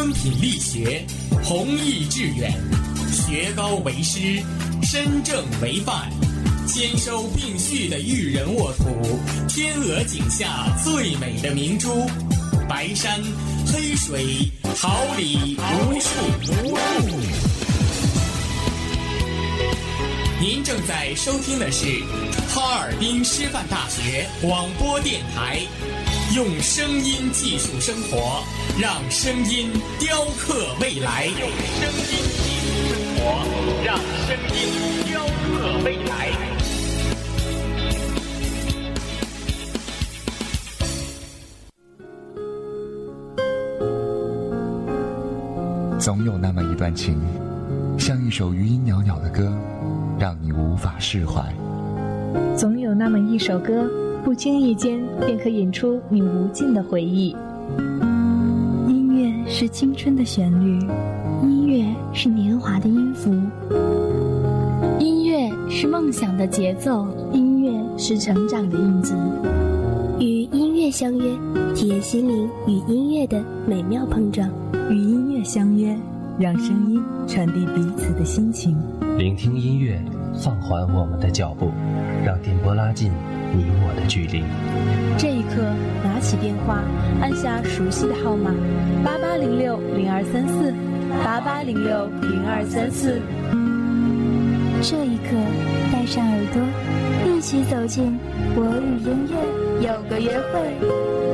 敦品力学，弘毅致远，学高为师，身正为范，兼收并蓄的育人沃土，天鹅颈下最美的明珠，白山黑水，桃李无数。您正在收听的是哈尔滨师范大学广播电台，用声音技术生活，让声音雕刻未来。用声音技术生活，让声音雕刻未来。 总有那么一段情，像一首余音袅袅的歌，让你无法释怀。 总有那么一首歌，不经意间便可引出你无尽的回忆。 音乐是青春的旋律，音乐是年华的音符， 音乐是梦想的节奏， 音乐是成长的印记。 与音乐相约，体验心灵与音乐的美妙碰撞。 与音乐相约，让声音传递彼此的心情。 聆听音乐，放缓我们的脚步，让电波拉近你我的距离。 这一刻，拿起电话，按下熟悉的号码8806-0234，8806-0234。 这一刻，带上耳朵，一起走进我与音乐有个约会。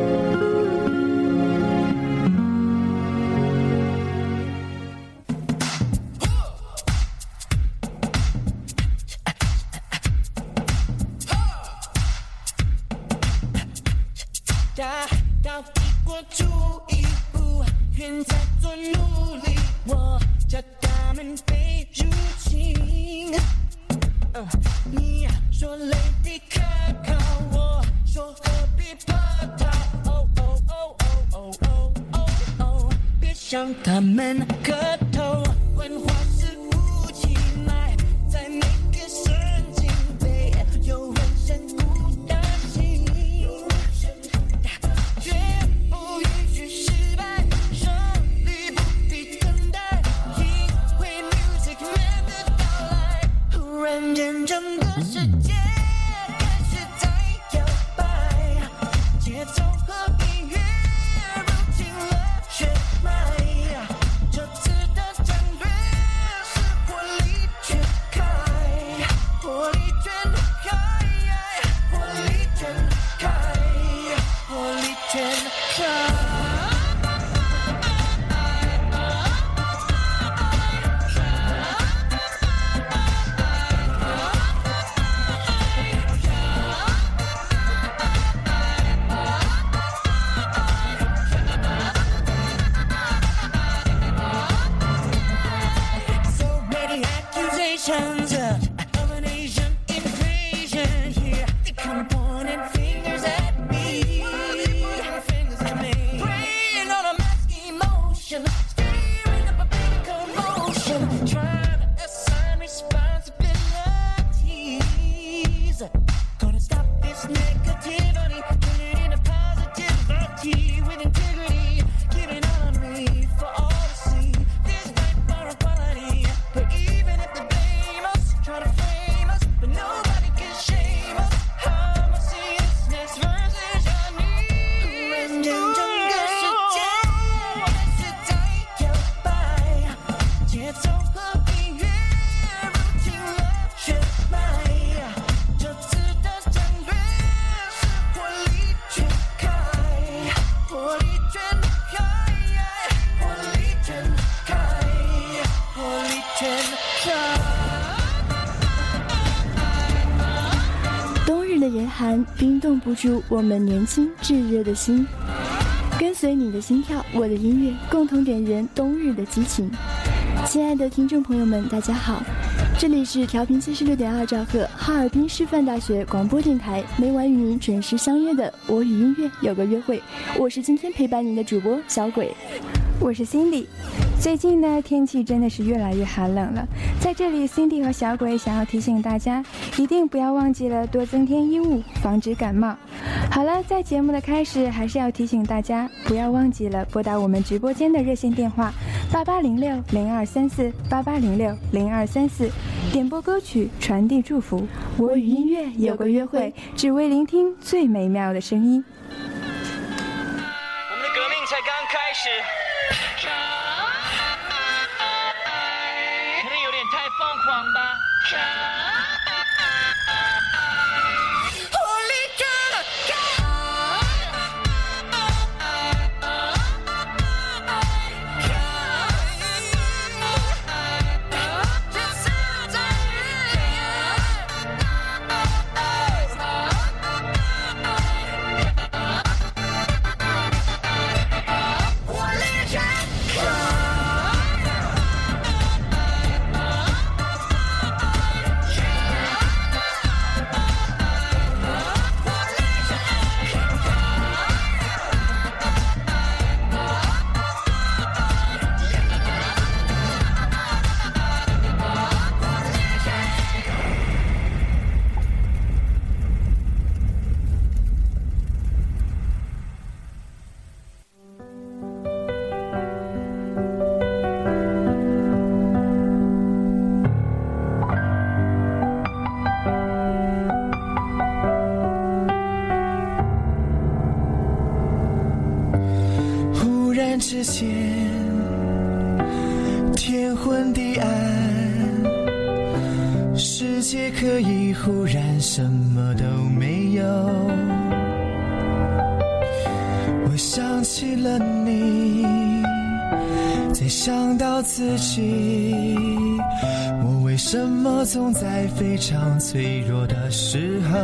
向他们磕头，幻化是无情爱，在每个瞬间被有人深孤的心，绝不允许失败，胜利不必等待，因为 music man 的到来，忽然间整个世界开始在摇摆，节奏和音乐入侵了血脉。 冰冻不住我们年轻炙热的心，跟随你的心跳，我的音乐，共同点燃冬日的激情。亲爱的听众朋友们，大家好，这里是调频76.2兆赫哈尔滨师范大学广播电台，每晚与您准时相约的我与音乐有个约会，我是今天陪伴您的主播小鬼， 我是 Cindy。 最近呢，天气真的是越来越寒冷了。在这里 Cindy 和小鬼想要提醒大家，一定不要忘记了多增添衣物，防止感冒。好了，在节目的开始还是要提醒大家，不要忘记了拨打我们直播间的热线电话8806-0234，8806-0234，点播歌曲，传递祝福。我与音乐有个约会，只为聆听最美妙的声音。 我们的革命才刚开始，可能有点太疯狂吧。 之间天昏地暗，世界可以忽然什么都没有。我想起了你，再想到自己，我为什么总在非常脆弱的时候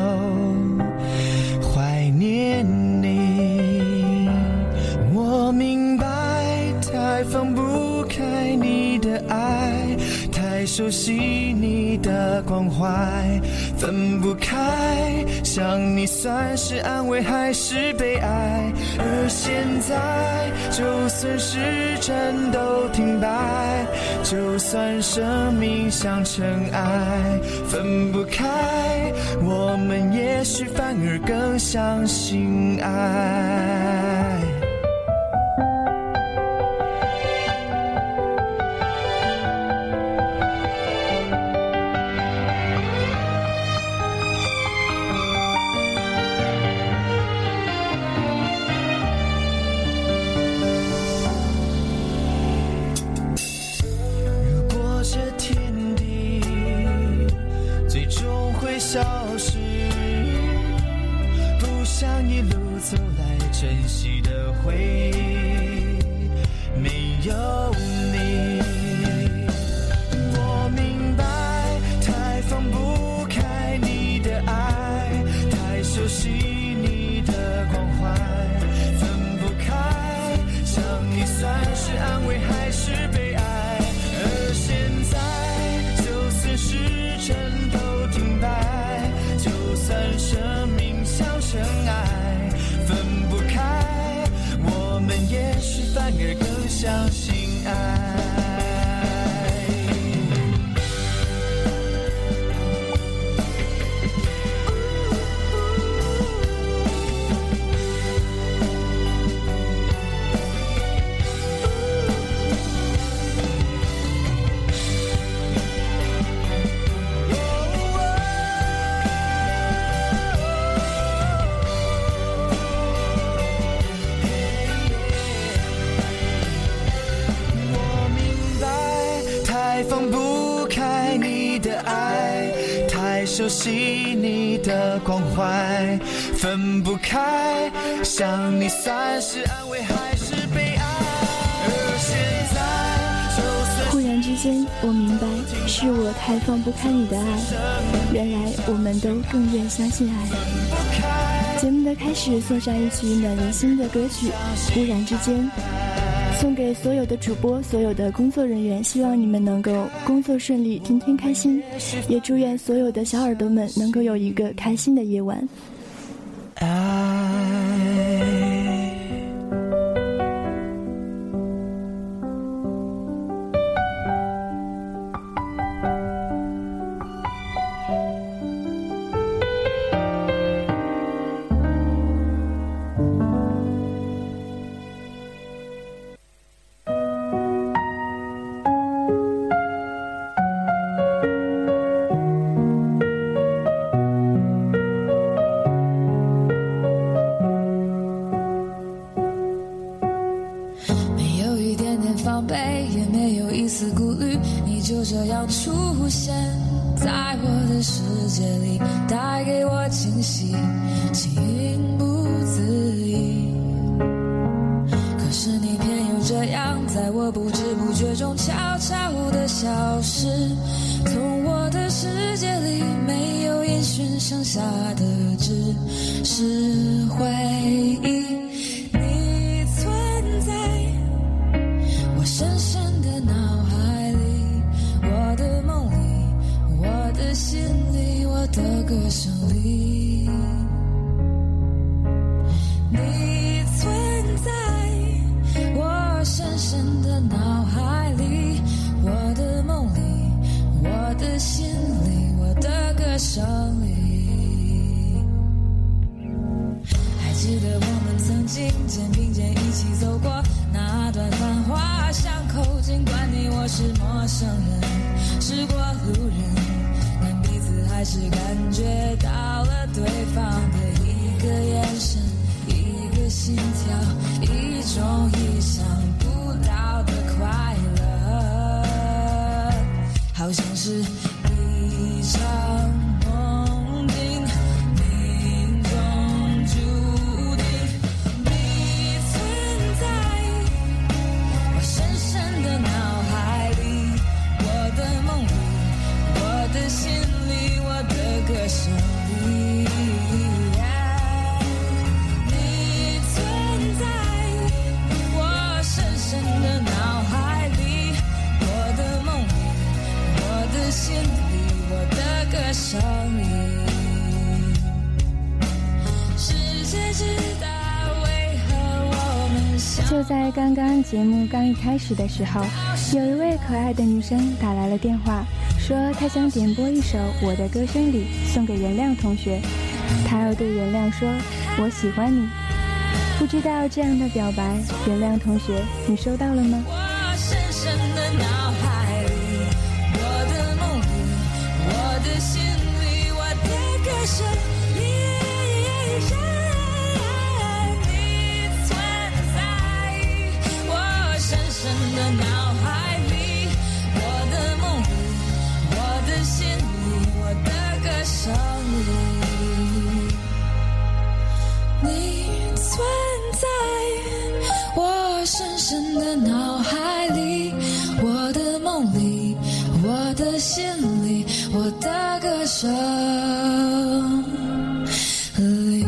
怀念你？我明白太放不开你的爱，太熟悉你的关怀，分不开想你算是安慰还是悲哀。而现在就算时针都停摆，就算生命像尘埃，分不开我们也许反而更相信爱。消失，不想一路走来珍惜的回忆没有你。我明白太放不开你的爱，太熟悉你的关怀，分不开想你算是安慰还是悲哀。而现在就算时针都停摆，就算生命像尘埃，分不开我们也许反而更相信爱。放不开你的爱，太熟悉你的关怀，分不开想你算是安慰还是悲哀。而现在就算忽然之间我明白，是我太放不开你的爱，原来我们都更愿相信爱。节目的开始送上一曲暖人心的歌曲，忽然之间，送给所有的主播，所有的工作人员，希望你们能够工作顺利，天天开心，也祝愿所有的小耳朵们能够有一个开心的夜晚。 防备，也没有一丝顾虑，你就这样出现在我的世界里，带给我惊喜，情不自已。可是你偏又这样，在我不知不觉中悄悄地消失，从我的世界里没有音讯，剩下的只是回忆。你存在我深深的脑海里，我的梦里，我的心里，我的歌声里。你存在我深深的脑海里，我的梦里，我的心里，我的歌声里。还记得我们曾经肩并肩一起走过那段繁华巷口，尽管你我是陌生人，是过路人，但彼此还是感觉到了对方的一个眼神，一个心跳，一种意想不到的快乐，好像是一场梦境，命中注定。你存在我深深的脑海里，我的梦里，我的心里，我的歌声里。你存在我深深的脑海里，我的梦里，我的心里，我的歌声里。世界知道为何我们相就在刚刚节目刚一开始的时候，有一位可爱的女生打来了电话，说她想点播一首《我的歌声里》送给原谅同学，她要对原谅说我喜欢你。不知道这样的表白，原谅同学你收到了吗？ 我深深的脑海里，我的梦里，我的心里，我的歌声里。你存在我深深的脑海里，我的梦里，我的心里，我的歌声里。你存在我深深的脑海里，我的梦里，我的心里，我的歌声里。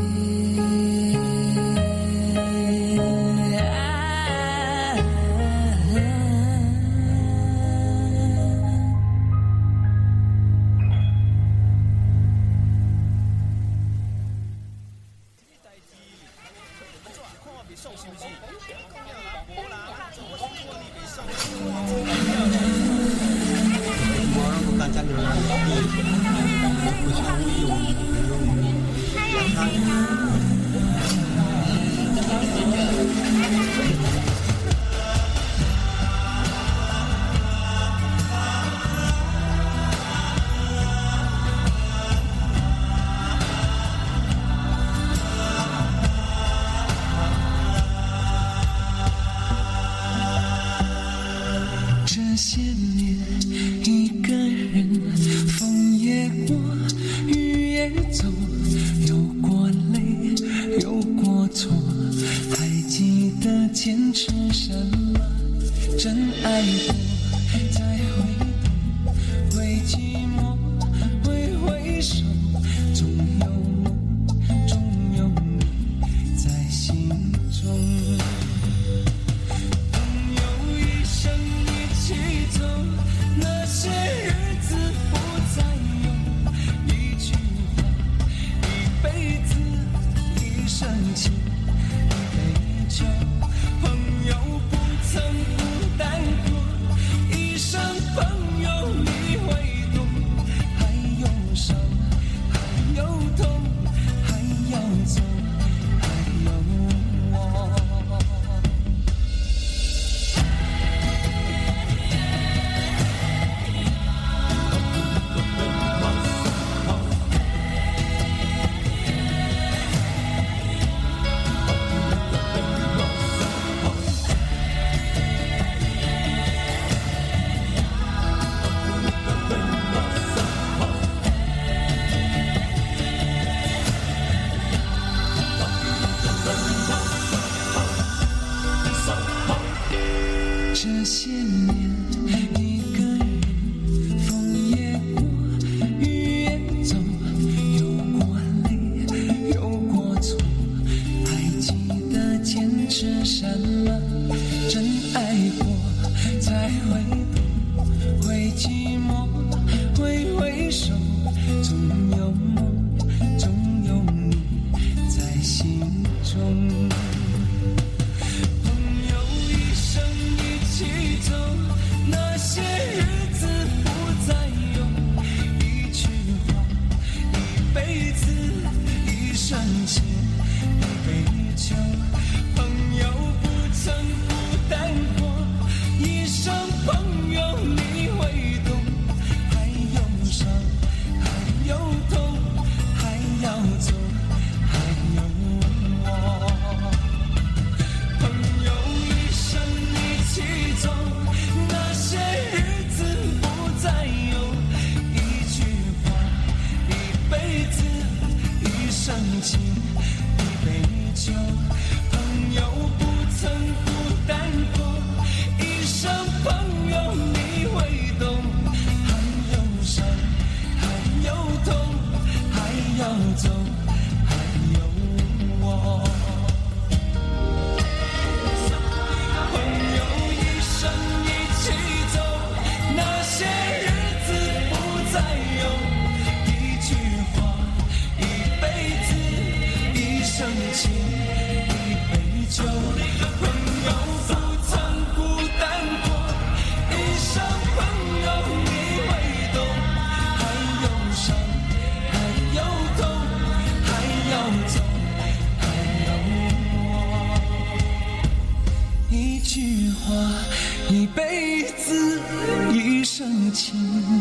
这些年一个人，风也过，雨也走，有过泪，有过错，还记得坚持什么？真爱过，再回头，会寂寞，会回首，总有梦，总有你在心中。那些日子不再有一句话，一辈子，一生情，一杯酒，朋友不曾孤单过，一生朋友你会懂。 这些年一个人，风也过，雨也走，有过泪，有过错，还记得坚持什么？真爱过才会懂，会寂寞，会回首，总有梦，总有你在心中。那些日子不再有，一句话，一辈子，一生情，一杯酒，朋友不曾孤单过，一生朋友你会懂，还有伤，还有痛，还要走，还有我，朋友一生一起走。那些日子不再有，一句话，一辈子，一生情，一杯酒，朋友不曾孤单过，一生朋友你会懂，还有伤，还有痛，还要走，还有我。那些日子不再有，一句话，一辈子，一生情，一杯酒，朋友不曾孤单过，一生朋友你会懂，还有伤，还有痛，还要走，还有我，一句话，一辈子，一生情，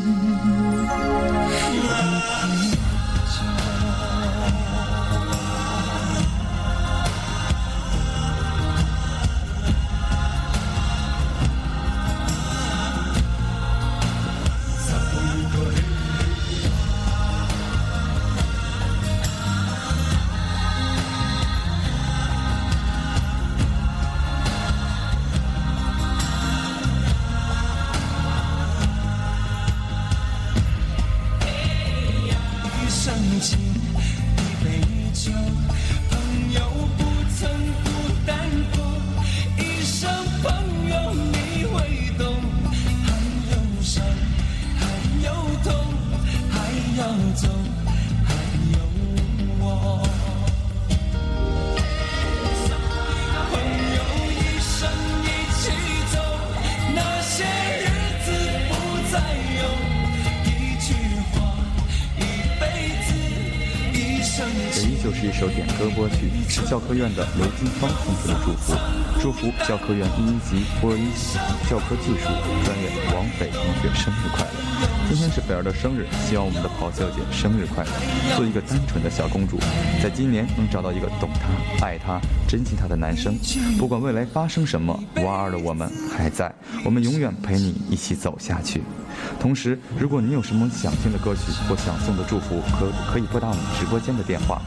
是一首点歌播曲，是教科院的刘金芳送出的祝福，祝福教科院1级播音教科技术专业王斐同学生日快乐！今天是斐儿的生日，希望我们的咆哮姐生日快乐，做一个单纯的小公主，在今年能找到一个懂她、爱她、珍惜她的男生。不管未来发生什么，娃儿的我们还在，我们永远陪你一起走下去。同时，如果你有什么想听的歌曲或想送的祝福，可以拨打我们直播间的电话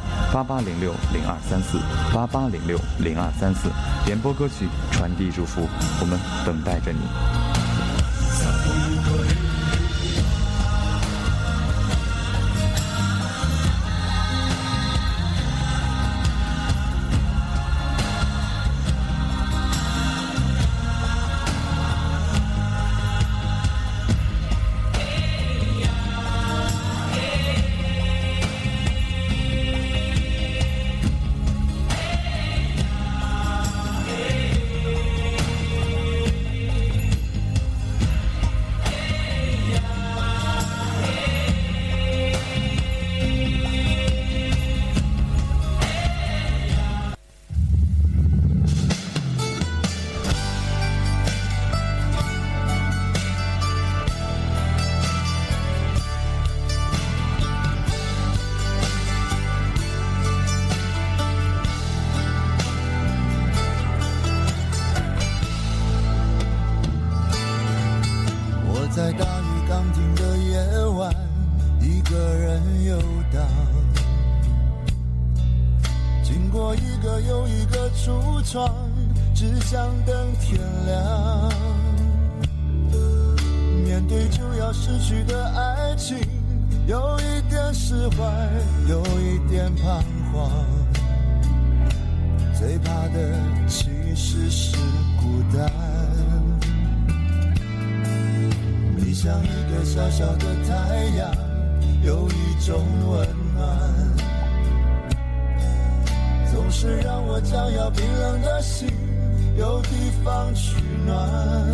8806-02348806-0234，点播歌曲，传递祝福，我们等待着你。 在大雨刚停的夜晚，一个人游荡，经过一个又一个橱窗， 只想等天亮。面对就要失去的爱情，有一点释怀，有一点彷徨。最怕的其实是孤单。你像一个小小的太阳，有一种温暖，总是让我将要冰冷的心有地方取暖。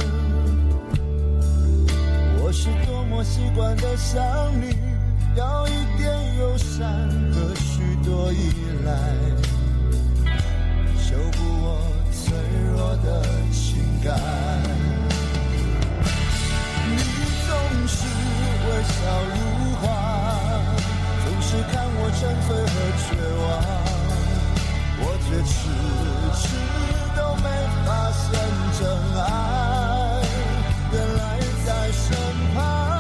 我是多么习惯的想你，要一点友善和许多依赖，修补我脆弱的情感。你总是微笑如花，总是看我沉醉和绝望，我却迟迟都没发现真爱原来在身旁。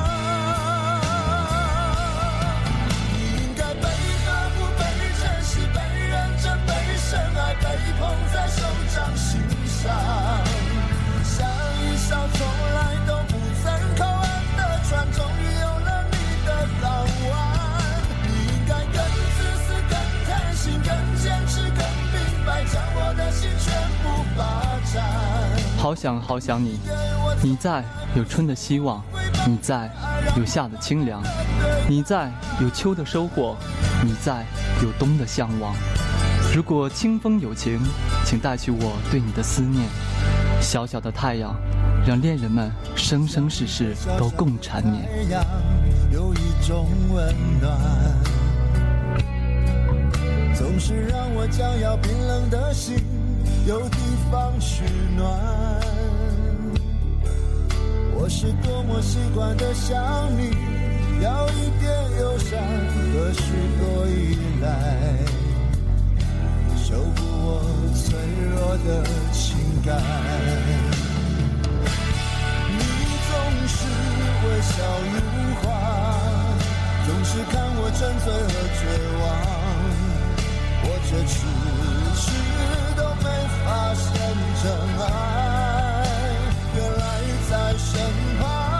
你应该被呵护，被珍惜，被认真，被深爱，被捧在手掌心上，像一艘从来都不曾靠岸的船，终于有了你的港湾。你应该更自私，更贪心，更坚持，更明白，将我的心全部霸占。 好想好想你，你在有春的希望，你在有夏的清凉，你在有秋的收获，你在有冬的向往。如果清风有情，请带去我对你的思念。小小的太阳，让恋人们生生世世都共缠绵。 有一种温暖，总是让我将要冰冷的心有地方取暖。我是多么习惯的想你，要一点友善和许多依赖，修补我脆弱的情感。你总是微笑如花，总是看我沉醉和绝望，我却迟迟都没发现真爱原来在身旁。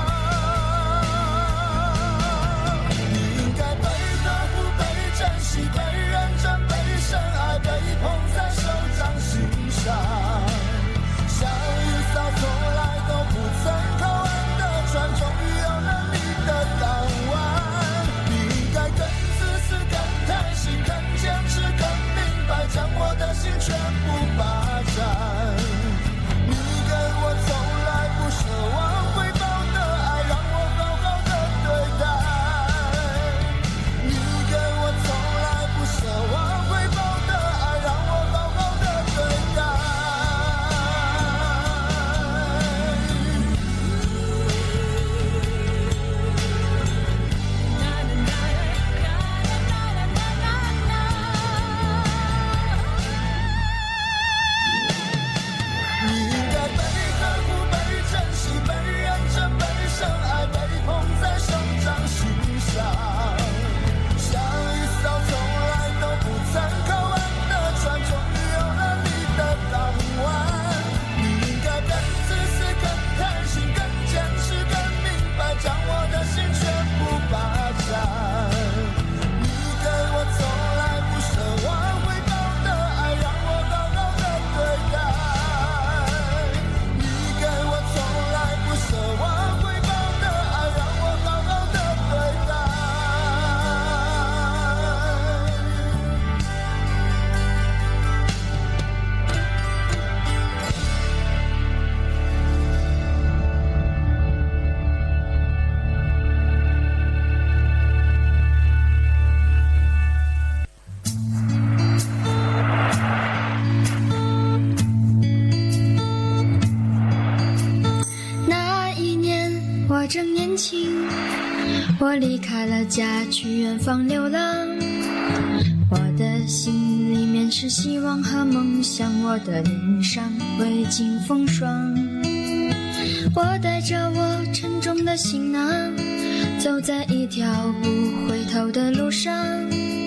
你应该被呵护，被珍惜，被认真，被深爱，被捧在手掌心上，像一艘从来都不曾靠岸的船，终于有了你的港湾。你应该更自私，更贪心，更坚持，更明白，将我的心全部霸占。你给我从来不奢望回报的爱，让我好好的对待。你给我从来不奢望回报的爱，让我好好的对待。你应该被呵护，被珍惜，被认真，被深爱，被捧在手掌心上，像一艘从来都不曾靠岸的船，终于有了你的港湾。你应该更自私，更贪心，更坚持，更明白，将我的心全部霸占。你给我从来不奢望回报的爱，让我好好的对待。你给我从来不奢望回报的爱，让我好好的对待。 那一年我正年轻，我离开了家去远方流浪，我的心里面是希望和梦想，我的脸上未经风霜。我带着我沉重的行囊，走在一条不回头的路上，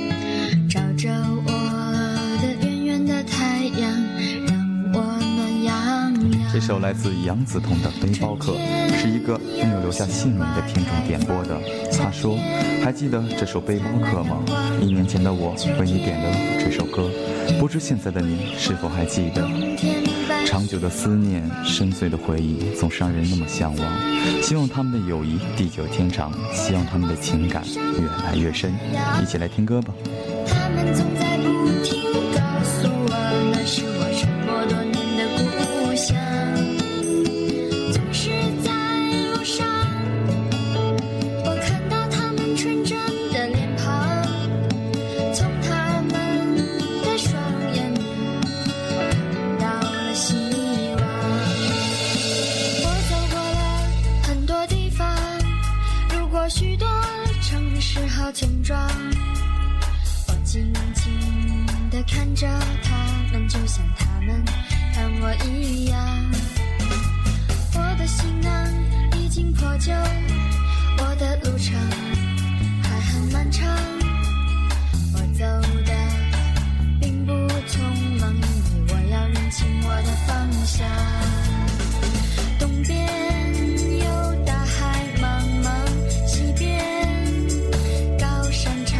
照着我的圆圆的太阳，让我暖洋这首来自杨子彤的《背包客》，是一个没有留下姓名的听众点播的。他说：“还记得这首《背包客》吗？1年前的我为你点的这首歌，不知现在的你是否还记得？长久的思念，深邃的回忆，总是让人那么向往。希望他们的友谊地久天长，希望他们的情感越来越深。一起来听歌吧。” 他们总在不停告诉我，那是我沉默多年的故乡。总是在路上，我看到他们纯真的脸庞，从他们的双眼里，我看到了希望。我走过了很多地方，路过许多城市和村庄。静静地看着他们，就像他们看我一样。我的行囊已经破旧，我的路程还很漫长。我走的并不匆忙，因为我要认清我的方向。东边有大海茫茫，西边高山长，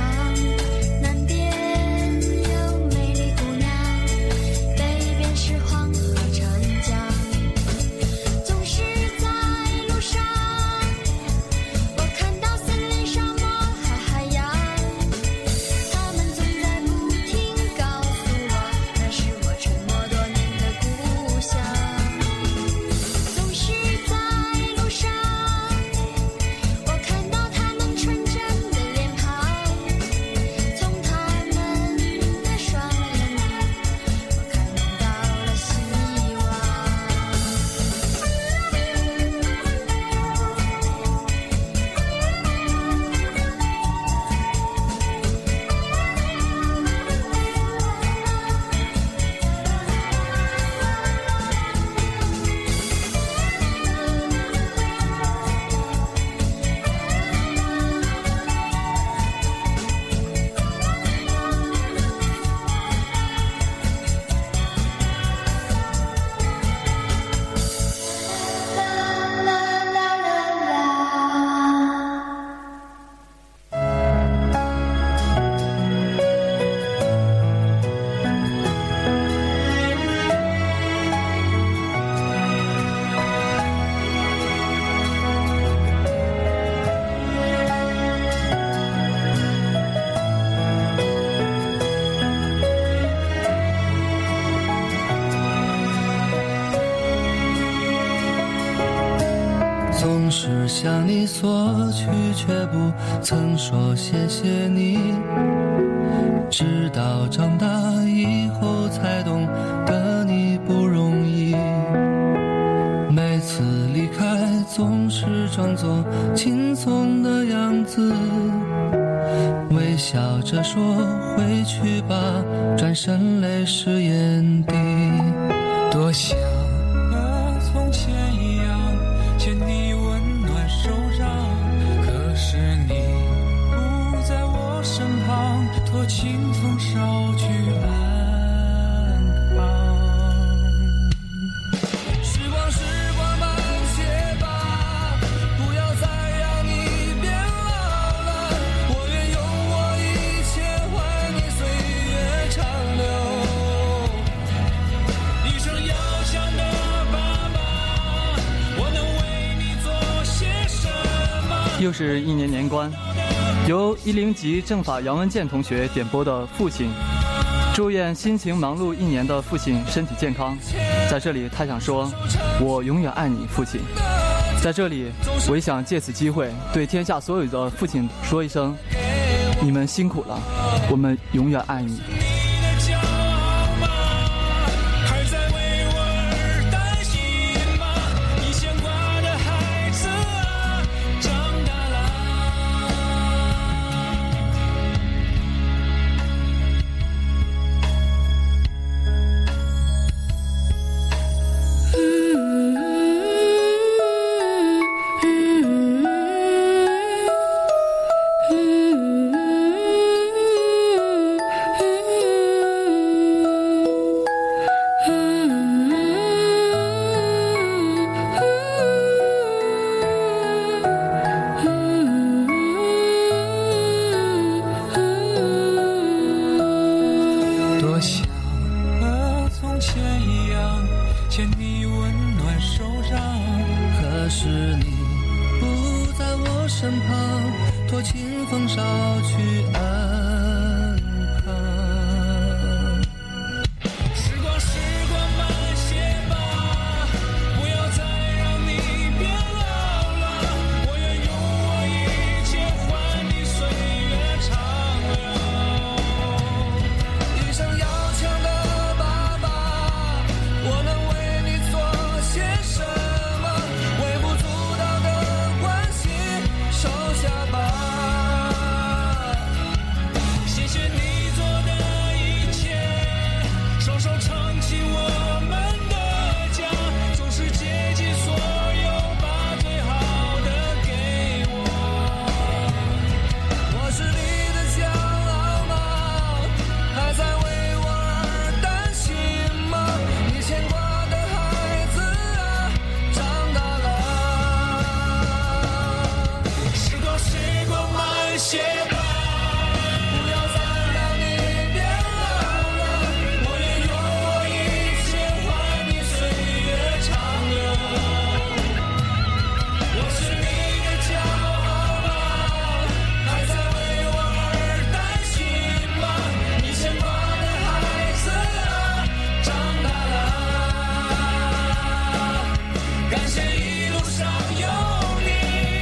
总是向你索取，却不曾说谢谢你。直到长大以后才懂得你不容易。每次离开总是装作轻松的样子，微笑着说回去吧，转身泪湿眼底。多想和从前一样牵你温暖手掌，可是你不在我身旁，托清风捎去安康。时光慢些吧，不要再让你变老了，我愿用我一切换你岁月长流。一生要强的爸爸，我能为你做些什么？ 又是一年年关，由10级政法杨文健同学点播的《父亲》，祝愿辛勤忙碌1年的父亲身体健康。在这里他想说，我永远爱你，父亲。在这里我也想借此机会对天下所有的父亲说一声，你们辛苦了，我们永远爱你。 快手掌，可是你不在我身旁，托清风捎去安康。时光时光慢些吧，不要再让你变老了，我愿用我一切换你岁月长流。一生要强的爸爸，我能为你做些什么？微不足道的关心收下吧，谢谢你做的一切，双手撑起我们的家，就是竭尽所有把最好的给我。我是你的骄傲吗？还在为我而担心吗？你牵挂的孩子啊，长大了。时光时光慢些吧，不要再让你变老了，我愿用我一切换你岁月长流。我是你的骄傲吗？还在为我而担心吗？你牵挂的孩子啊，长大了。感谢一路上有你。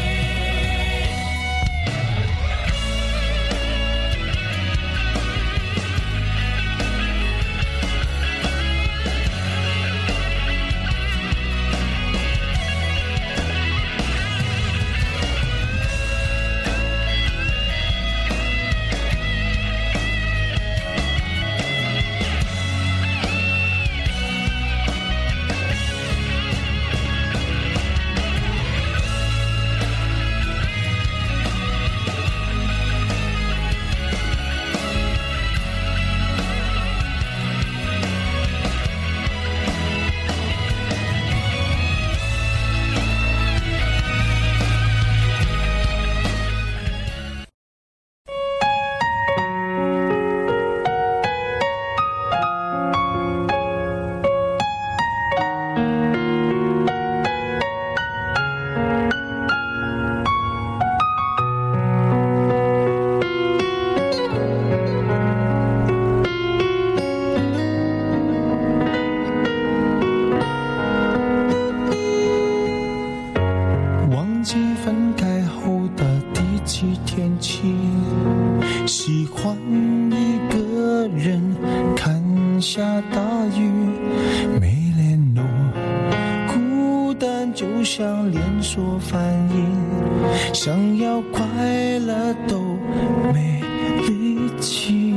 忘记分开后的第几天起，喜欢一个人看下大雨，没联络，孤单就像连锁反应，想要快乐都没力气。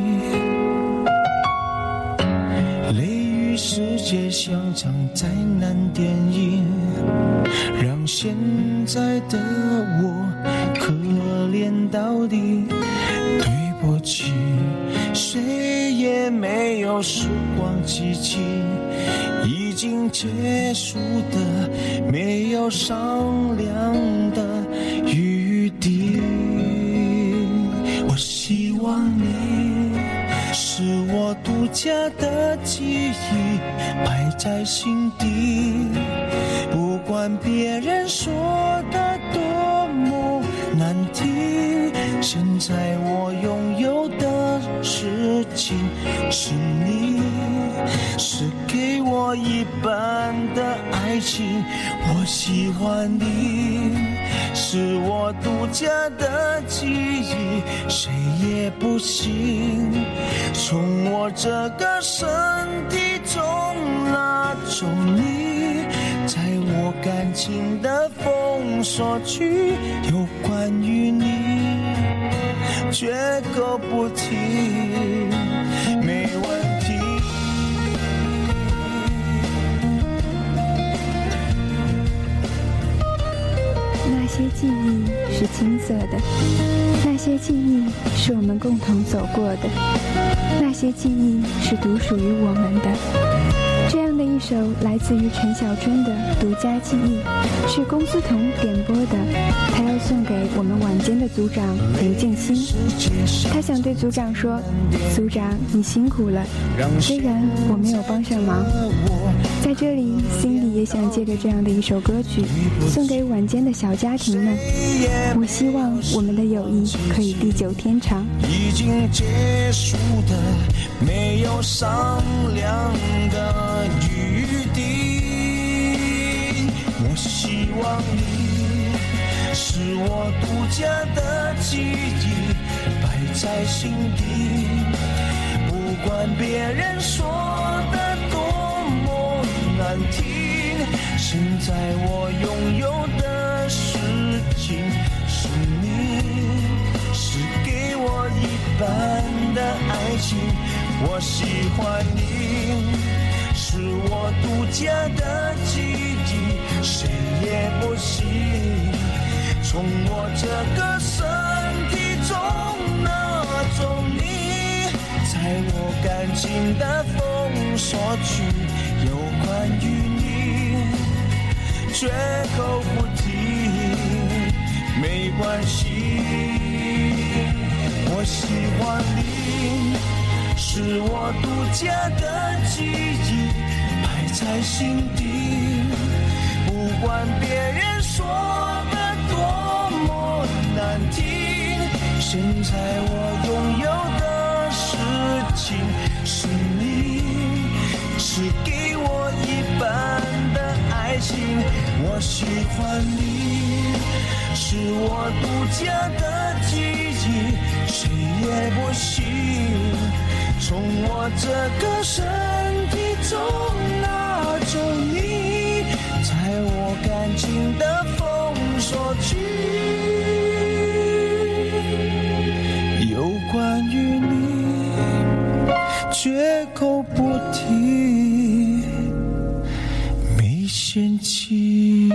雷雨世界像场灾难电影，让现在的我可怜到底。对不起，谁也没有时光机器，已经结束的没有商量的余地。我希望你是我独家的记忆，摆在心底，不管别人说的多么难听，现在我拥有的事情是你，是给我一半的爱情。我喜欢你，是我独家的记忆，谁也不行从我这个身体中拉走你，在我感情的封锁区，有关于你绝口不提，没问题。 那些记忆是青涩的，那些记忆是我们共同走过的，那些记忆是独属于我们的。 这样的一首来自于陈小春的独家记忆，是龚思彤点播的，他要送给我们晚间的组长刘建新。他想对组长说，组长你辛苦了，虽然我没有帮上忙，在这里心里也想借着这样的一首歌曲送给晚间的小家庭们，我希望我们的友谊可以地久天长。 已经结束的没有商量的余地，我希望你是我独家的记忆，摆在心底，不管别人说的多么难听，现在我拥有的事情是你，是给我一半的爱情，我喜欢你，是我独家的记忆，谁也不行从我这个身体中拿走你，在我感情的封锁区，有关于你绝口不提，没关系，我喜欢你，是我独家的记忆，摆在心底，不管别人说的多么难听，现在我拥有的事情是你，是给我一半的爱情，我喜欢你，是我独家的记忆，谁也不行从我这个身体中拿走你，在我感情的封锁区，有关于你绝口不提，没嫌弃。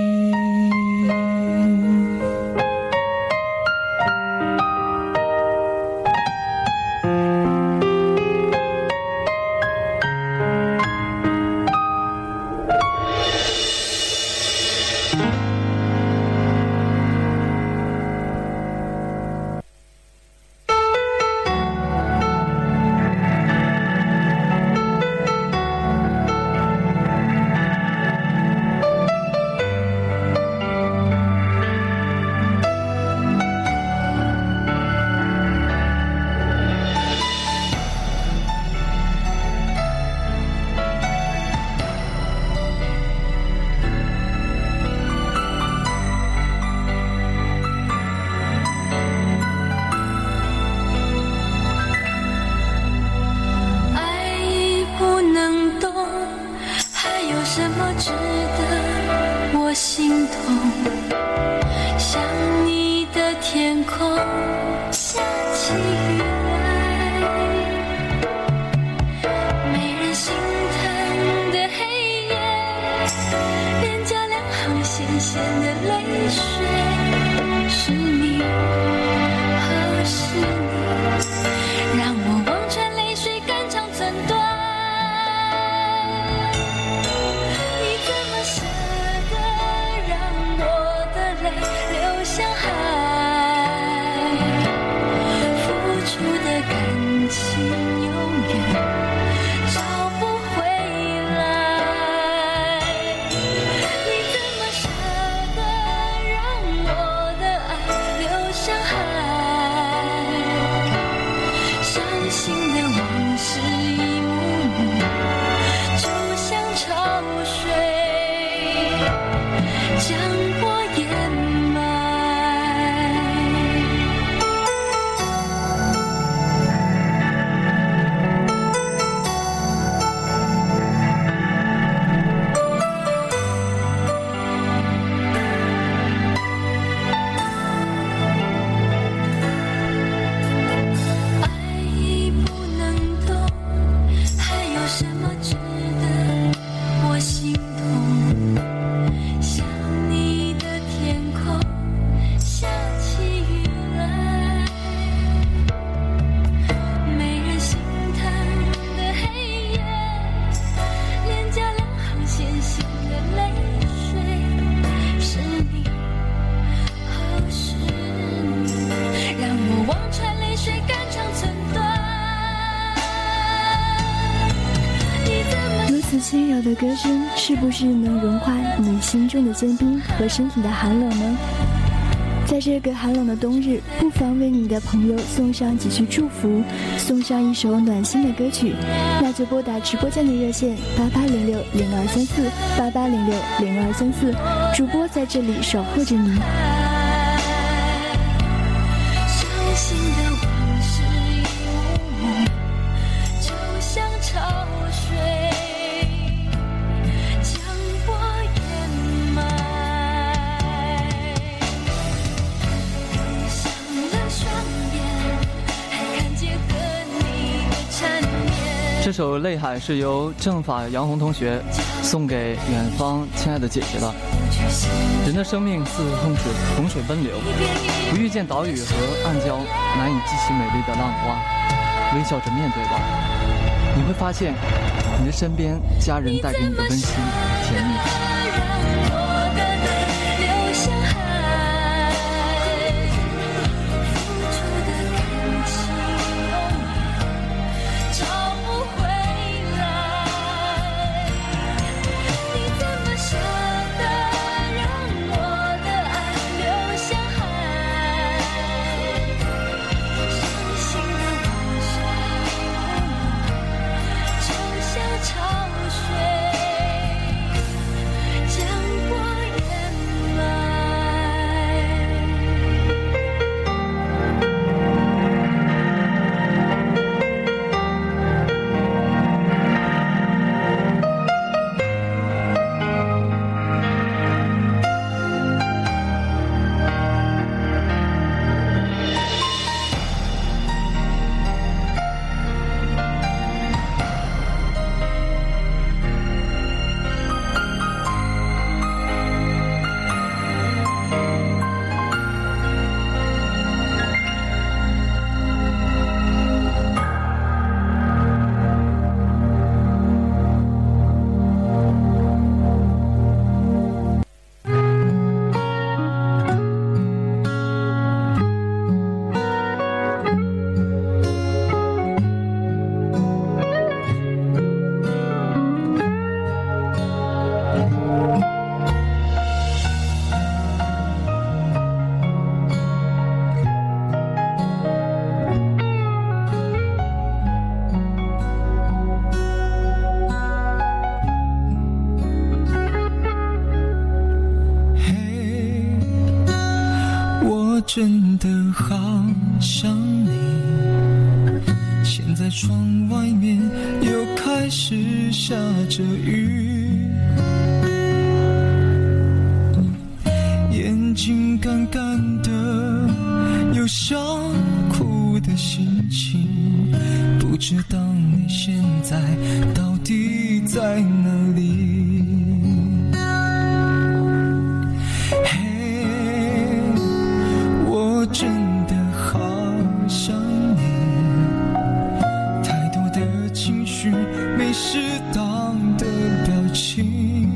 像你的天空歌声是不是能融化你心中的坚冰和身体的寒冷呢？在这个寒冷的冬日，不妨为你的朋友送上几句祝福，送上一首暖心的歌曲，那就拨打直播间的热线8806-0234 8806-0234，主播在这里守候着你。 伤心的往事已无梦，就像潮水将我掩埋。闭上了双眼，还看见和你的缠绵。 这首《泪海》是由政法杨红同学送给远方亲爱的姐姐的。人的生命似洪水奔流，不遇见岛屿和暗礁，难以激起美丽的浪花。微笑着面对吧，你会发现你的身边家人带给你的温馨甜蜜。 真的好想你，现在窗外面又开始下着雨，眼睛干干的，有想哭的心情，不知道你现在到底在哪里。真的好想你，太多的情绪，没适当的表情，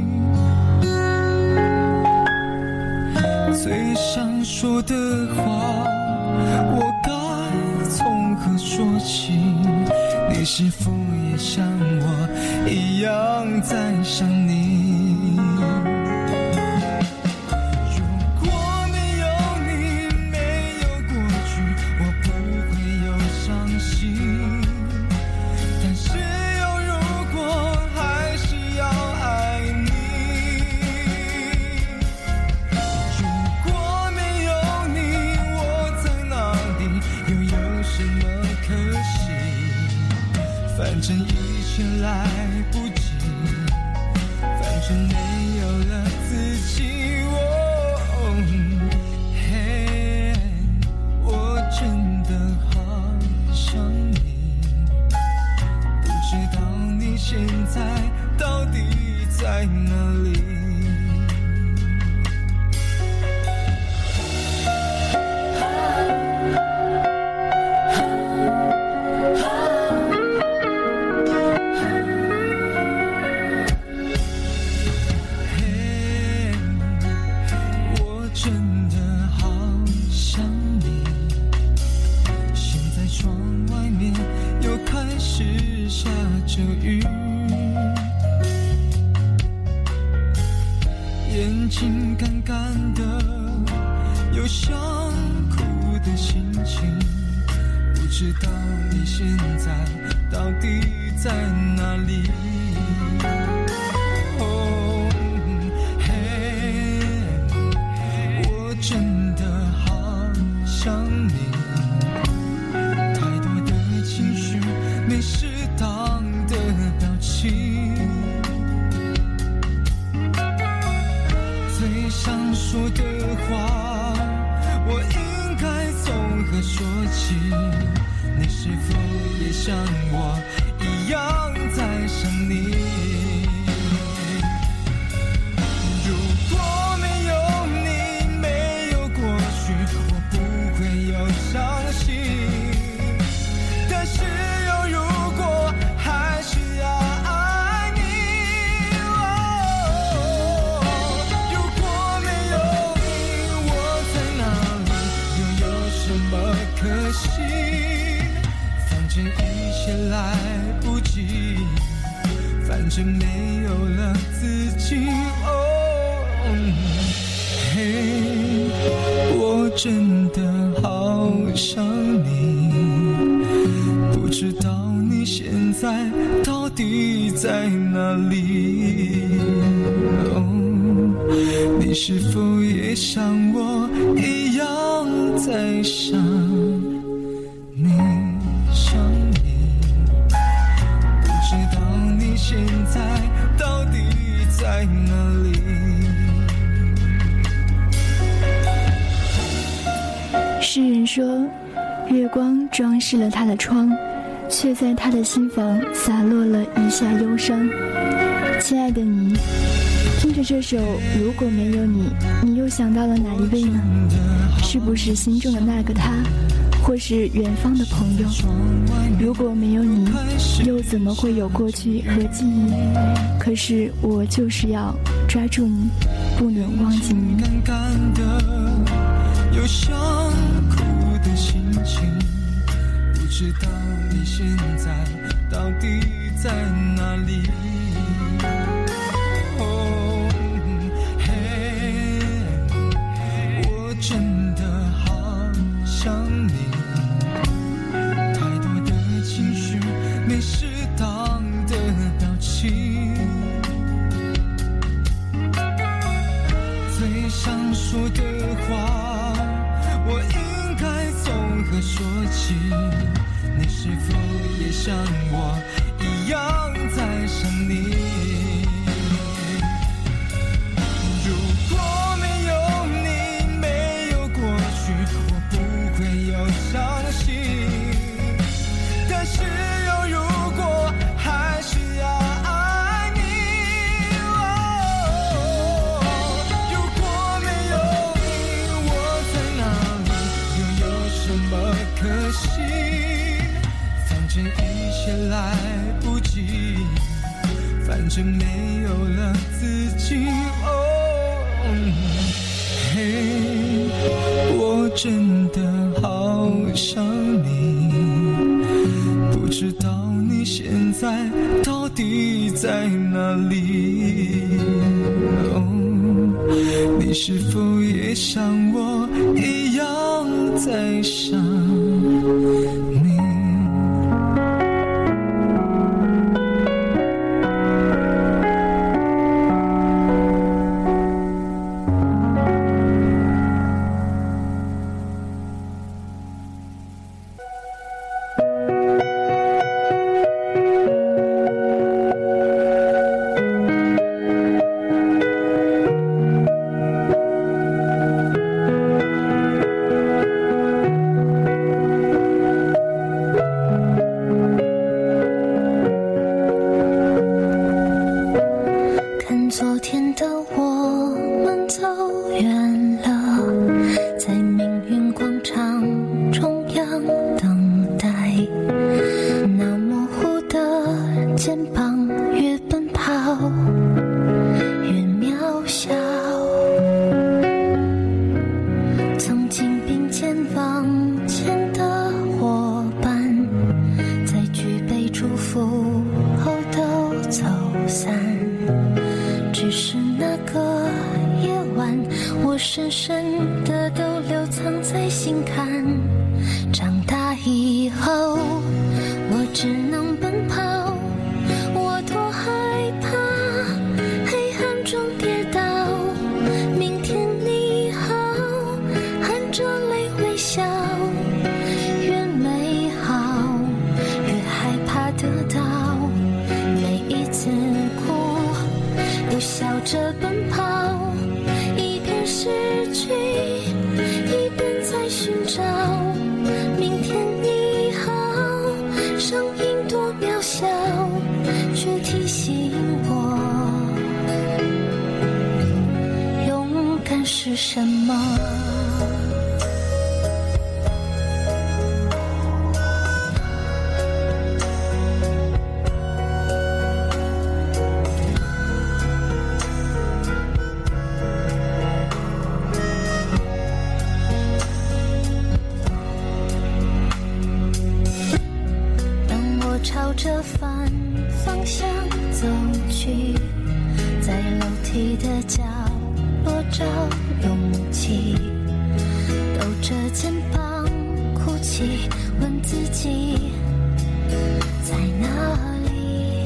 最想说的话，我该从何说起？你是否也像我一样在想你？反正一切来不及，反正眼睛干干的，有想哭的心情，不知道你现在到底在哪里。哦，嘿，我真的好想你，太多的情绪，没适当的表情，最想说的话，我应该从何说起？你是否也像我一样在想你？如果没有你，没有过去，我不会有伤心。但是有如果，还是要爱你。如果没有你，我在哪里，又有什么可惜？反正一切来不及，反正没有了自己。嘿，我真的好想你，不知道你现在到底在哪里？你是否也像我一样在想你？想你，不知道你现在到底在哪里？ 诗人说，月光装饰了他的窗，却在他的心房洒落了一下忧伤。亲爱的你，听着这首如果没有你，你又想到了哪一位呢？是不是心中的那个他，或是远方的朋友？如果没有你，又怎么会有过去和记忆？可是我就是要抓住你，不能忘记你。 有想哭的心情，不知道你现在到底在哪里？哦，嘿，我真的好想你，太多的情绪，没适当的表情，最想说的话，我应该从何说起？你是否也像我一样在想你？如果没有你，没有过去，我不会有伤心。但是有如果，还是要爱你。如果没有你，我在哪里，又有什么可惜？反正一切来不及，反正没有了自己。嘿，我真的好想你，不知道你现在到底在哪里？你是否也像我一样在想你？ 后都走散，只是那个夜我深深的都留藏在心坎。长大以后，我只能奔跑，我多害怕黑暗中跌倒。明天你好，含着泪微笑，越美好越害怕得到。每一次哭又笑着奔跑，一边失去一边在寻找。明天你好，声音多渺小，却提醒我勇敢是什么。朝着反方向走去，在楼梯的角落找勇气，抖着肩膀哭泣，问自己在哪里。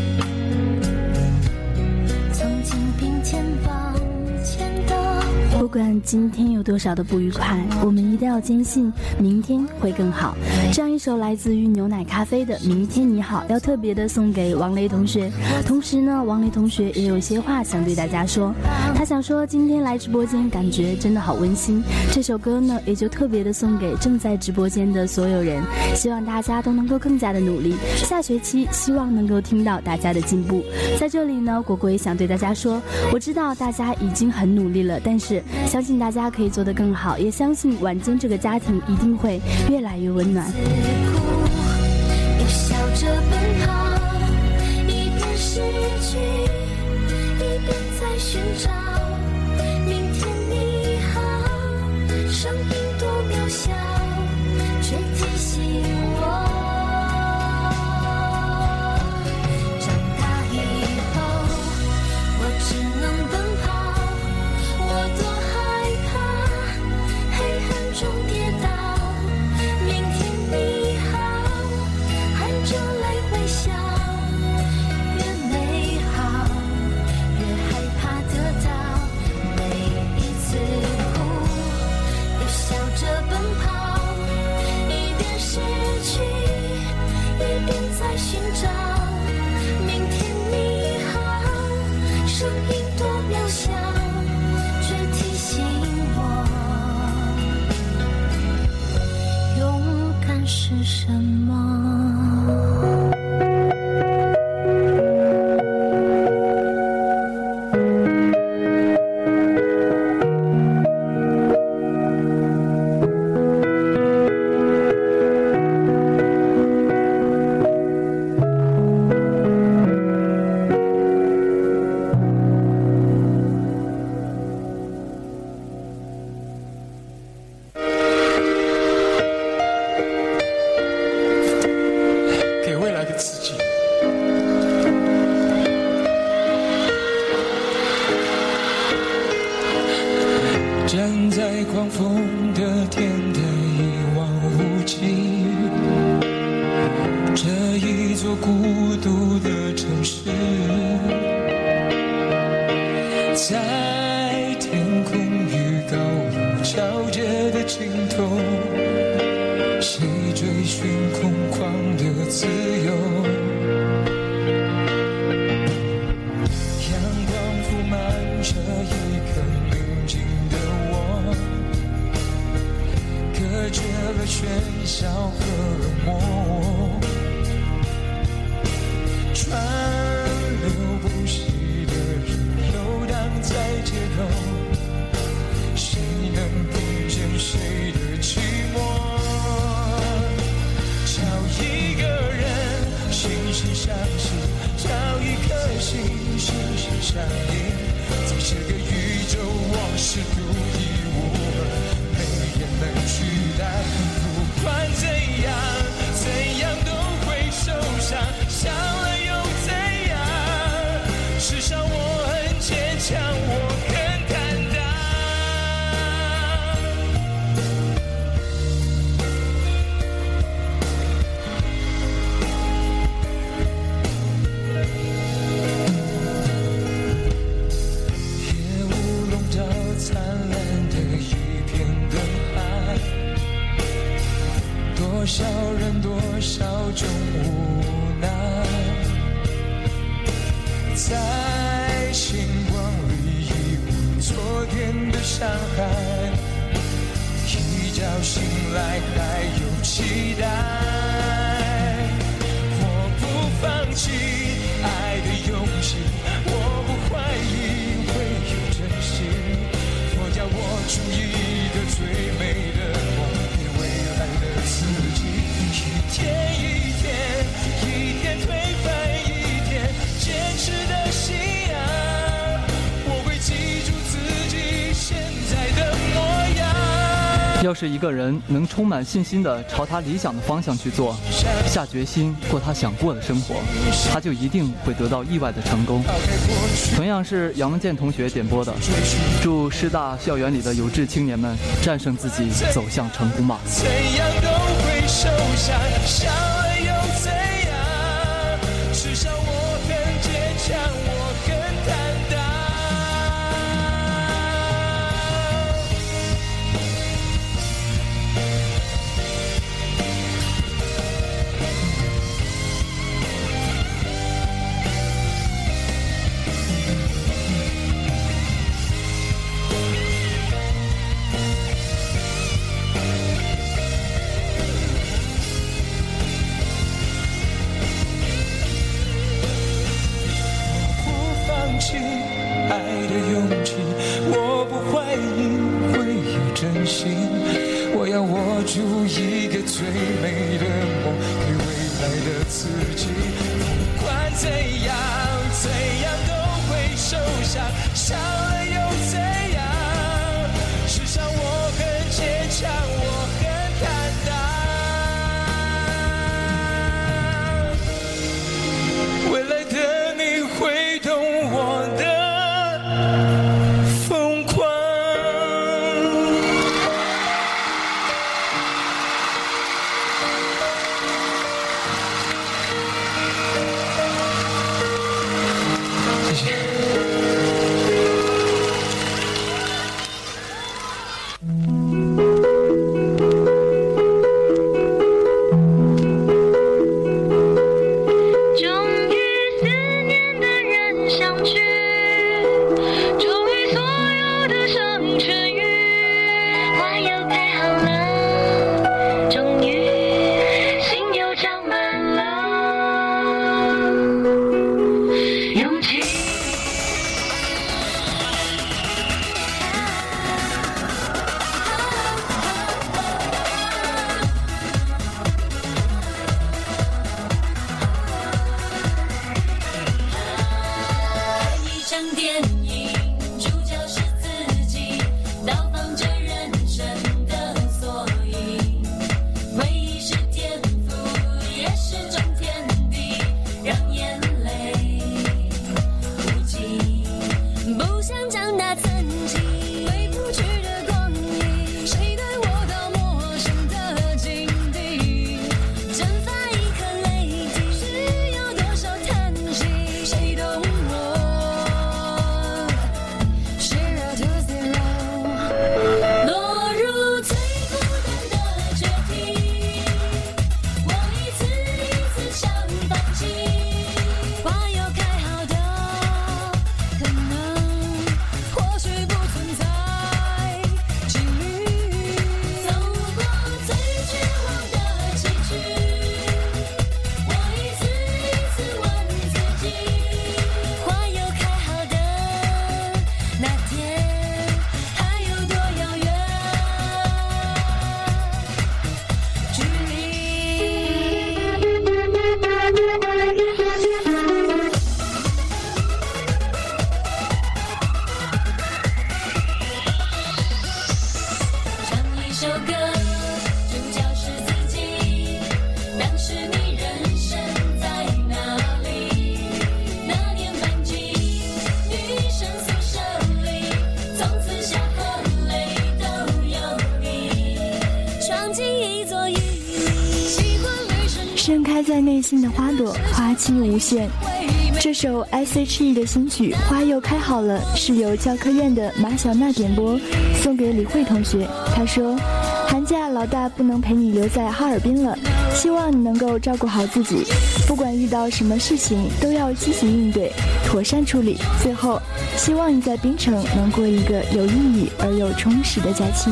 曾经并肩往前的不管今天有多少的不愉快，我们一定要坚信明天会更好。这样一首来自于牛奶咖啡的《明天你好》，要特别的送给王雷同学。同时呢，王雷同学也有一些话想对大家说。他想说，今天来直播间感觉真的好温馨。这首歌呢，也就特别的送给正在直播间的所有人，希望大家都能够更加的努力。下学期希望能够听到大家的进步。在这里呢，果果也想对大家说，我知道大家已经很努力了，但是相信大家可以做得更好，也相信晚间这个家庭一定会越来越温暖。 又笑着奔跑，一边失去一边在寻找。明天你好，声音多渺小，却提醒我长大以后我只能奔跑，我多害怕黑暗中跌倒。明天你好，含着泪微笑，越美好越害怕得到。每一次哭又笑着奔跑，一边失去一边在寻找。明天你好，声音多渺小，却提醒我勇敢是什么。 给未来的自己。站在狂风的天台一望无际，这一座孤独的城市，在天空与高楼交界的尽头，谁追寻空旷的自由？阳光铺满这一刻宁静的我，隔绝了喧嚣和冷漠，川流不息的人游荡在街头，谁能听见谁的寂寞？找一个人惺惺相惜，找一颗心心心相印，在这个宇宙我是独一无二，没人能取代。不管怎样少人多少种无奈，在星光里遗忘昨天的伤害，一觉醒来还有期待。我不放弃爱的勇气，我不怀疑会有真心，我要握住一个最美的梦，给未来的自己。一天一天，一天推翻一天，坚持的信仰，我会记住自己现在的模样。 要是一个人能充满信心地朝他理想的方向去做，下决心过他想过的生活，他就一定会得到意外的成功。同样是杨文健同学点播的，祝师大校园里的有志青年们战胜自己，走向成功吧。 怎样都会受伤，伤了又怎样？至少我更坚强，我更坦荡。爱的勇气，我不怀疑会有真心，我要握住一个最美的梦，给未来的自己。不管怎样，怎样都会受伤，伤了又怎样？至少我更坚强，我更坦荡。未来的你会懂我的疯狂。谢谢。 盛开在内心的花朵，花期无限。这首 S.H.E 的新曲《花又开好了》是由教科院的马小娜点播，送给李慧同学。她说：“ 寒假老大不能陪你留在哈尔滨了，希望你能够照顾好自己，不管遇到什么事情都要积极应对，妥善处理。最后，希望你在槟城能过一个有意义而又充实的假期。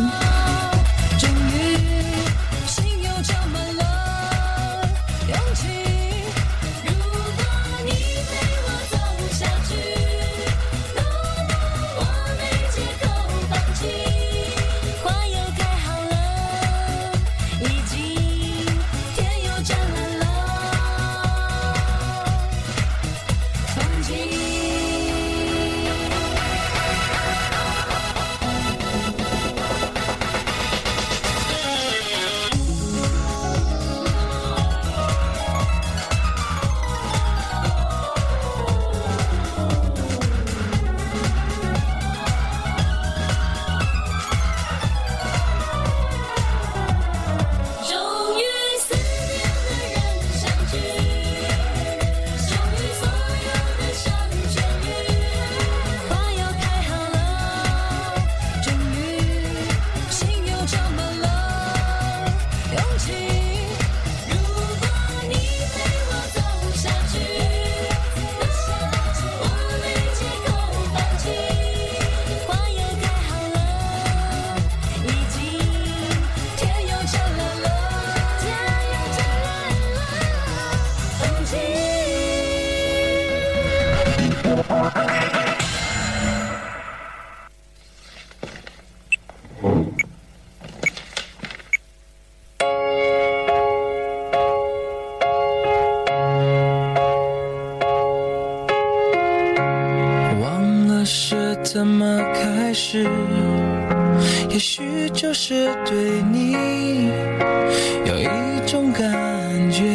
怎么开始，也许就是对你有一种感觉，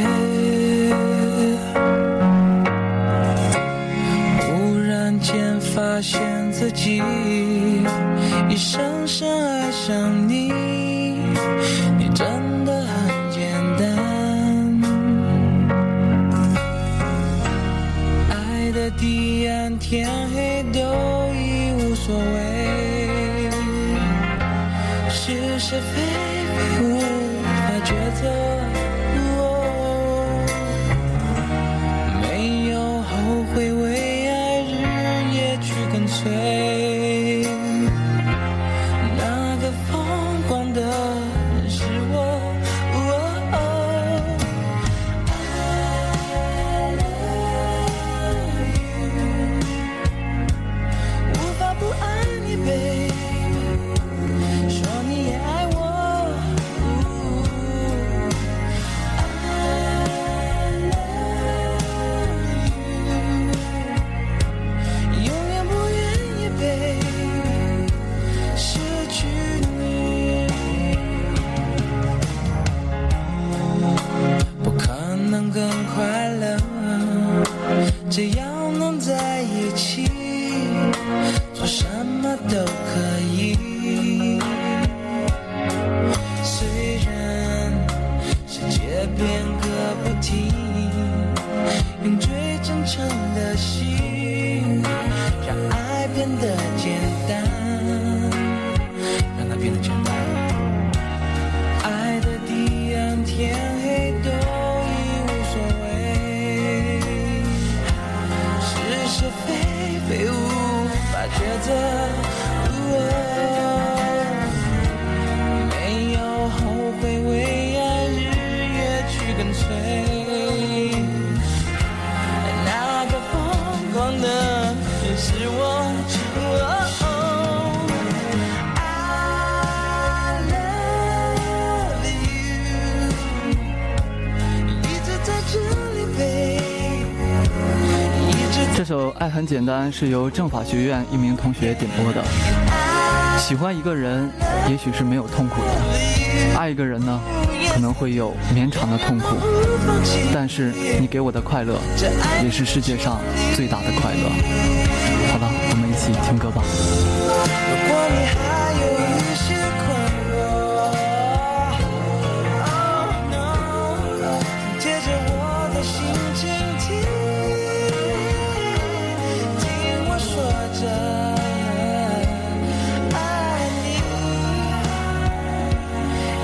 忽然间发现自己已深深爱上你，你真的很简单，爱的地暗天黑都无所谓，是是非非无法抉择，没有后悔，为爱日夜去跟随，那个疯狂的是我。只要能在一起，做什么都可以。虽然世界变个不停，用最真诚的心，让爱变得简单，让它变得简单。爱的地暗天黑都是非非无法抉择，没有后悔，为爱日夜去跟随，那个疯狂的是我。I love you， 一直在这里陪。 这首《爱很简单》是由政法学院一名同学点播的。喜欢一个人，也许是没有痛苦的；爱一个人呢，可能会有绵长的痛苦。但是你给我的快乐，也是世界上最大的快乐。好了，我们一起听歌吧。 如果你还有一些困惑，贴着我的心倾听。说着爱你，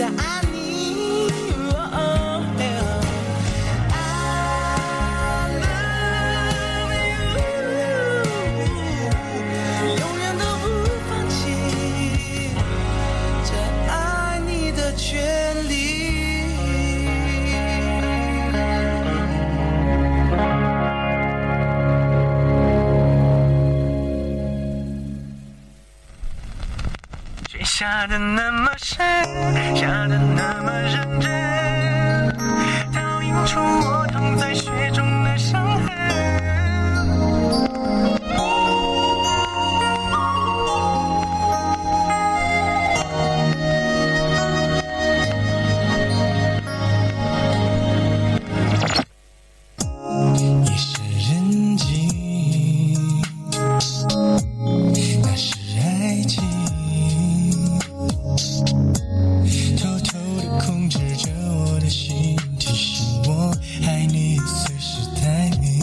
爱你。I love you， 永远都不放弃这爱你的权利。雪下的那么深，下的那么认真，倒映出我躺在雪中的伤痕。也是人静，那是爱情。偷偷地控制着我的心，提醒我爱你随时待命。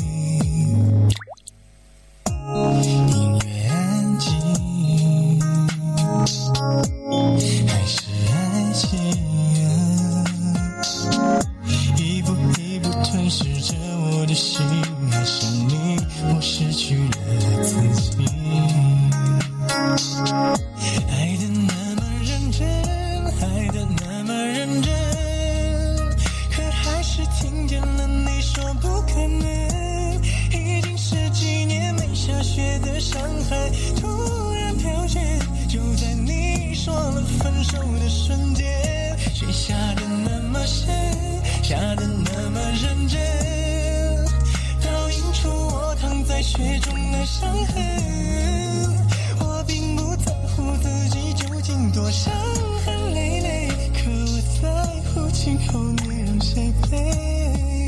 音乐安静，还是爱情一步一步吞噬着我的心，爱上你，我失去了自己。爱的那么认真，爱的那么认真，可还是听见了你说不可能。已经十几年没下雪的上海，突然飘雪，就在你说了分手的瞬间。雪下的那么深，下的那么认真，倒映出我躺在雪中的伤痕。我并不在乎自己究竟多伤痕累累，可我在乎今后你让谁陪。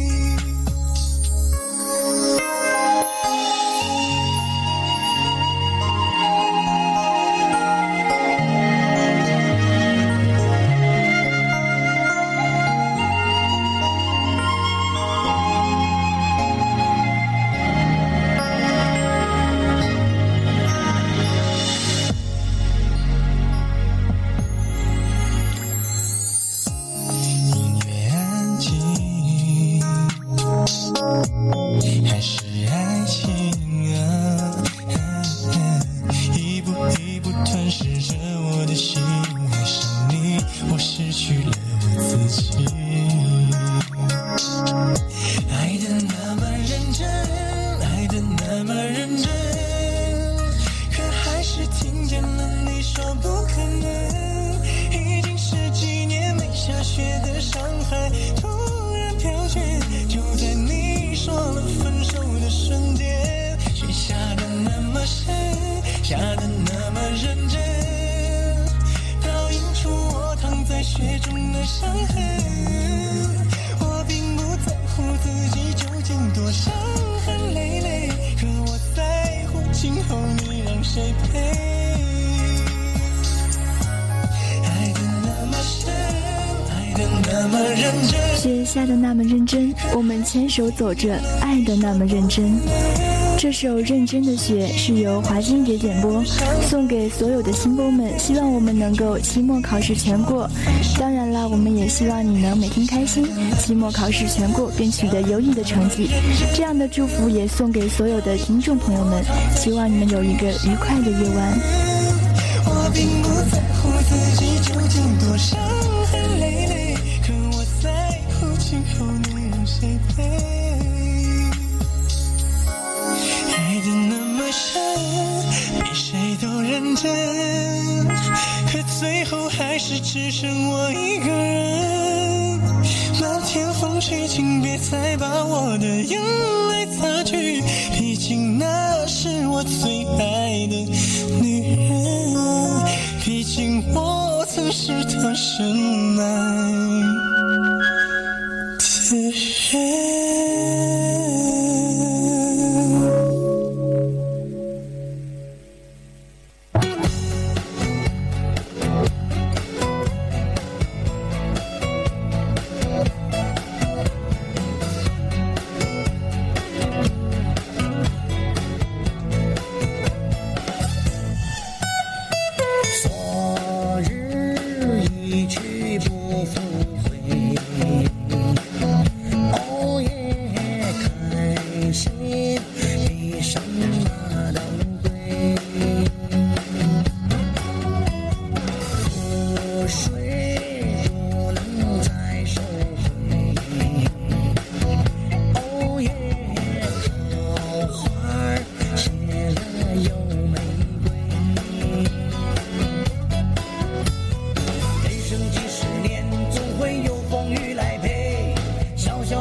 音乐安静，还是爱情一步一步吞噬着我的心，爱上你，我失去了自己。爱的那么认真，爱的那么认真，可还是听见了你说不可能。已经十几年没下雪的上海，突然飘雪，就在你说了分手的瞬间。雪下的那么深，下的那么认真，倒映出我躺在雪中的伤痕。我并不在乎自己究竟多伤痕累累，可我在乎今后你让谁陪。爱的那么深，爱的那么认真， 雪下的那么认真，我们牵手走着，爱的那么认真。这首《认真的雪》是由华金给点播，送给所有的新波们，希望我们能够期末考试全过。当然了，我们也希望你能每天开心，期末考试全过并取得优异的成绩。这样的祝福也送给所有的听众朋友们，希望你们有一个愉快的夜晚。 我并不在乎自己究竟多伤痕累累，可我在乎今后你让谁陪。爱的那么深，比谁都认真，可最后还是只剩我一个人。漫天风吹，请别再把我的眼泪擦去，毕竟那是我最爱的女人，毕竟我曾是她深爱的人。 昨日一去不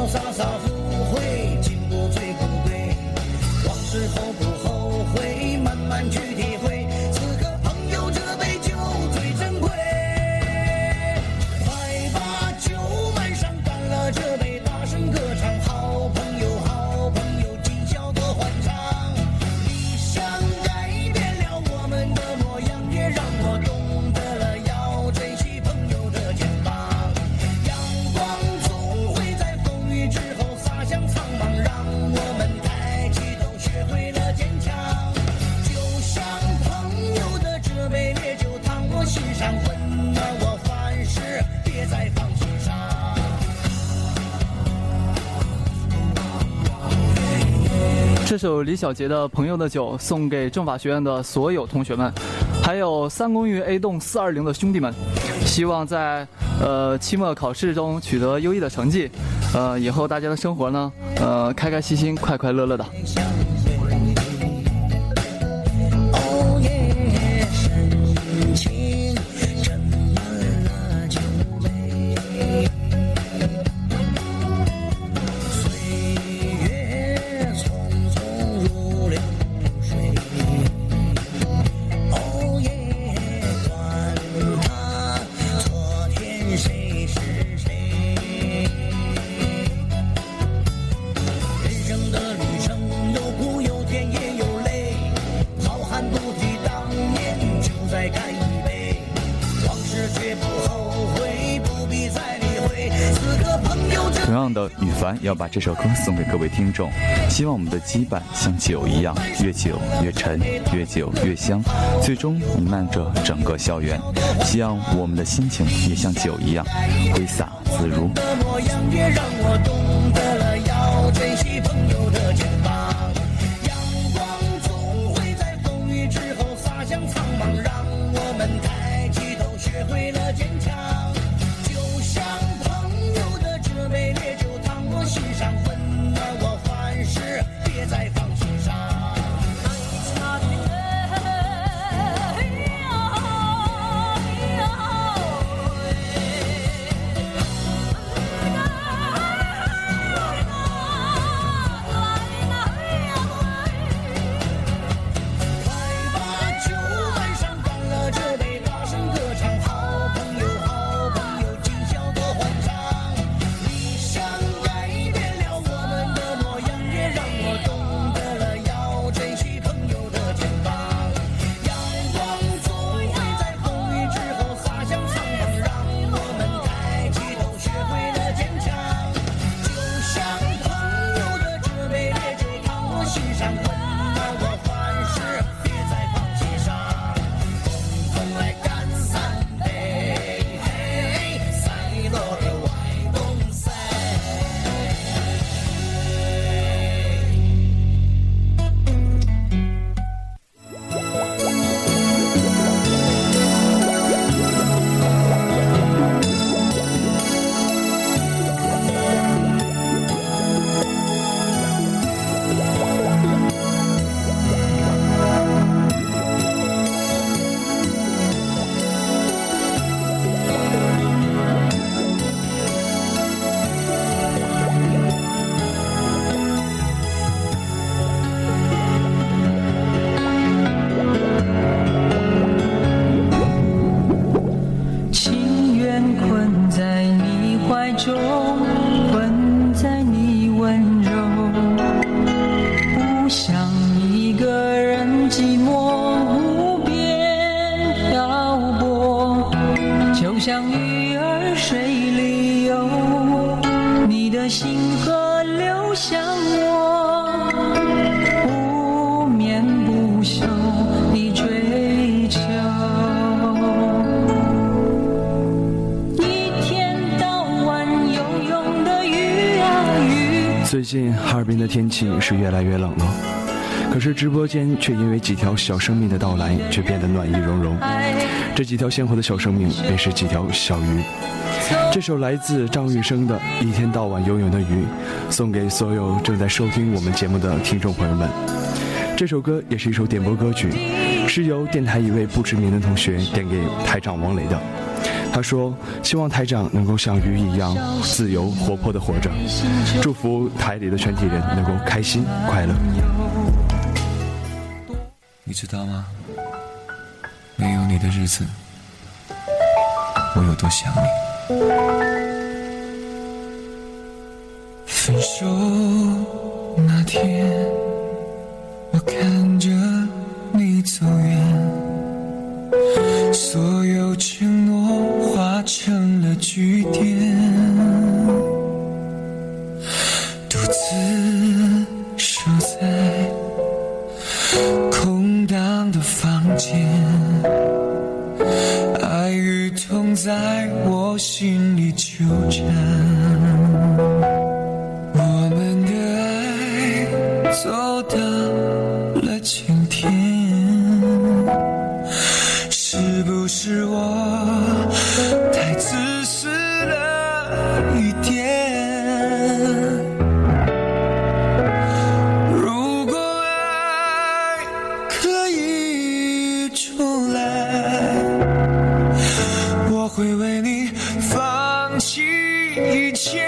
洒洒不悔，进步最不贵。往事后不后悔，慢慢去体会。此刻朋友这杯酒最珍贵，快把酒满上，干了这杯，大声歌唱。好朋友，好朋友，今宵多欢畅。理想改变了我们的模样，也让我懂得了要珍惜朋友的肩膀。阳光总会在风雨之后洒向苍茫，让我们抬起头，学会了坚强。就像朋友的这杯烈酒，烫我心上，温暖我凡事，别再放心上。 这首李小杰的《朋友的酒》送给政法学院的所有同学们，还有3公寓 A 栋420的兄弟们，希望在期末考试中取得优异的成绩，以后大家的生活呢，开开心心、快快乐乐的。 哦耶，深情斟满了酒杯，岁月匆匆如流水。哦耶，管他昨天谁是谁，人生的旅程有苦有甜也有泪，浩瀚不提当年，就再干一杯，往事绝不后悔，不必再理会。此刻朋友这同样的，羽凡要把这首歌送给各位听众，希望我们的羁绊像酒一样，越久越沉，越久越香，最终弥漫着整个校园。希望我们的心情也像酒一样，挥洒自如。 的模样，也让我懂得了要珍惜朋友的肩膀。阳光总会在风雨之后洒向苍茫，让我们抬起头，学会了坚强。就像朋友的这杯烈酒，烫我心上，温暖我凡事，别再放心上。快把酒满上，干了这杯，大声歌唱。好朋友，好朋友，今宵多欢畅。理想改变了我们的模样，也让我懂得了要珍惜朋友的肩膀。阳光总会在风雨之后洒向苍茫，让我们抬起头，学会了坚强。就像朋友的这杯烈酒，烫我心上，温暖我凡事，别再放心上。共同来干三杯，嘿，赛罗的外公赛。 情愿困在你怀中，困在你温柔，不想一个人寂寞无边漂泊，就像鱼儿水里游，你的心河流向我，不眠不休地追求。 最近哈尔滨的天气是越来越冷了，可是直播间却因为几条小生命的到来，却变得暖意融融。这几条鲜活的小生命便是几条小鱼。这首来自张雨生的《一天到晚游泳的鱼》，送给所有正在收听我们节目的听众朋友们。这首歌也是一首点播歌曲，是由电台一位不知名的同学点给台长王雷的。 他说希望台长能够像鱼一样自由活泼地活着，祝福台里的全体人能够开心快乐。 你知道吗？没有你的日子，我有多想你。分手那天，我看着你走远，所有承诺化成了句点，独自守在空荡的房间，爱与痛在我心里纠缠，我们的爱走到了今天，是不是我太自私了一点？如果爱可以重来，我会为你放弃一切。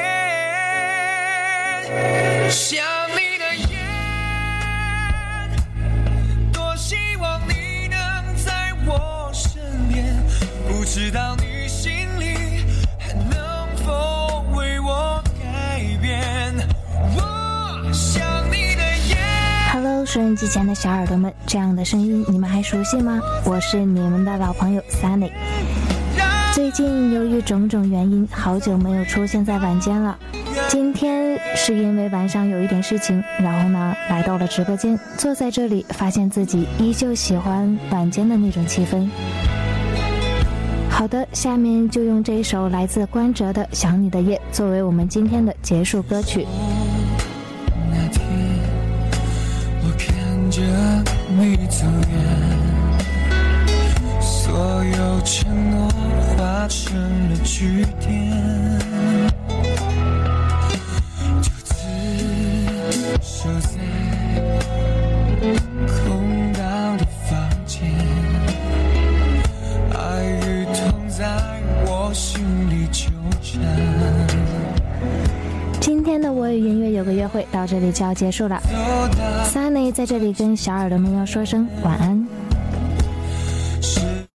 想你的眼，多希望你能在我身边，不知道你心里还能否为我改变。我想你的眼。 Hello， 收音机前的小耳朵们，这样的声音你们还熟悉吗？我是你们的老朋友 Sunny。最近由于种种原因，好久没有出现在晚间了。今天是因为晚上有一点事情，然后呢来到了直播间，坐在这里，发现自己依旧喜欢晚间的那种气氛。好的，下面就用这一首来自关喆的《想你的夜》作为我们今天的结束歌曲。 那天我看着你走远，所有承诺化成了句点，独自守在空荡的房间，爱与痛在我心里纠缠。 今天的我与音乐有个约会到这里就要结束了，Sunny在这里跟小耳朵们要说声晚安。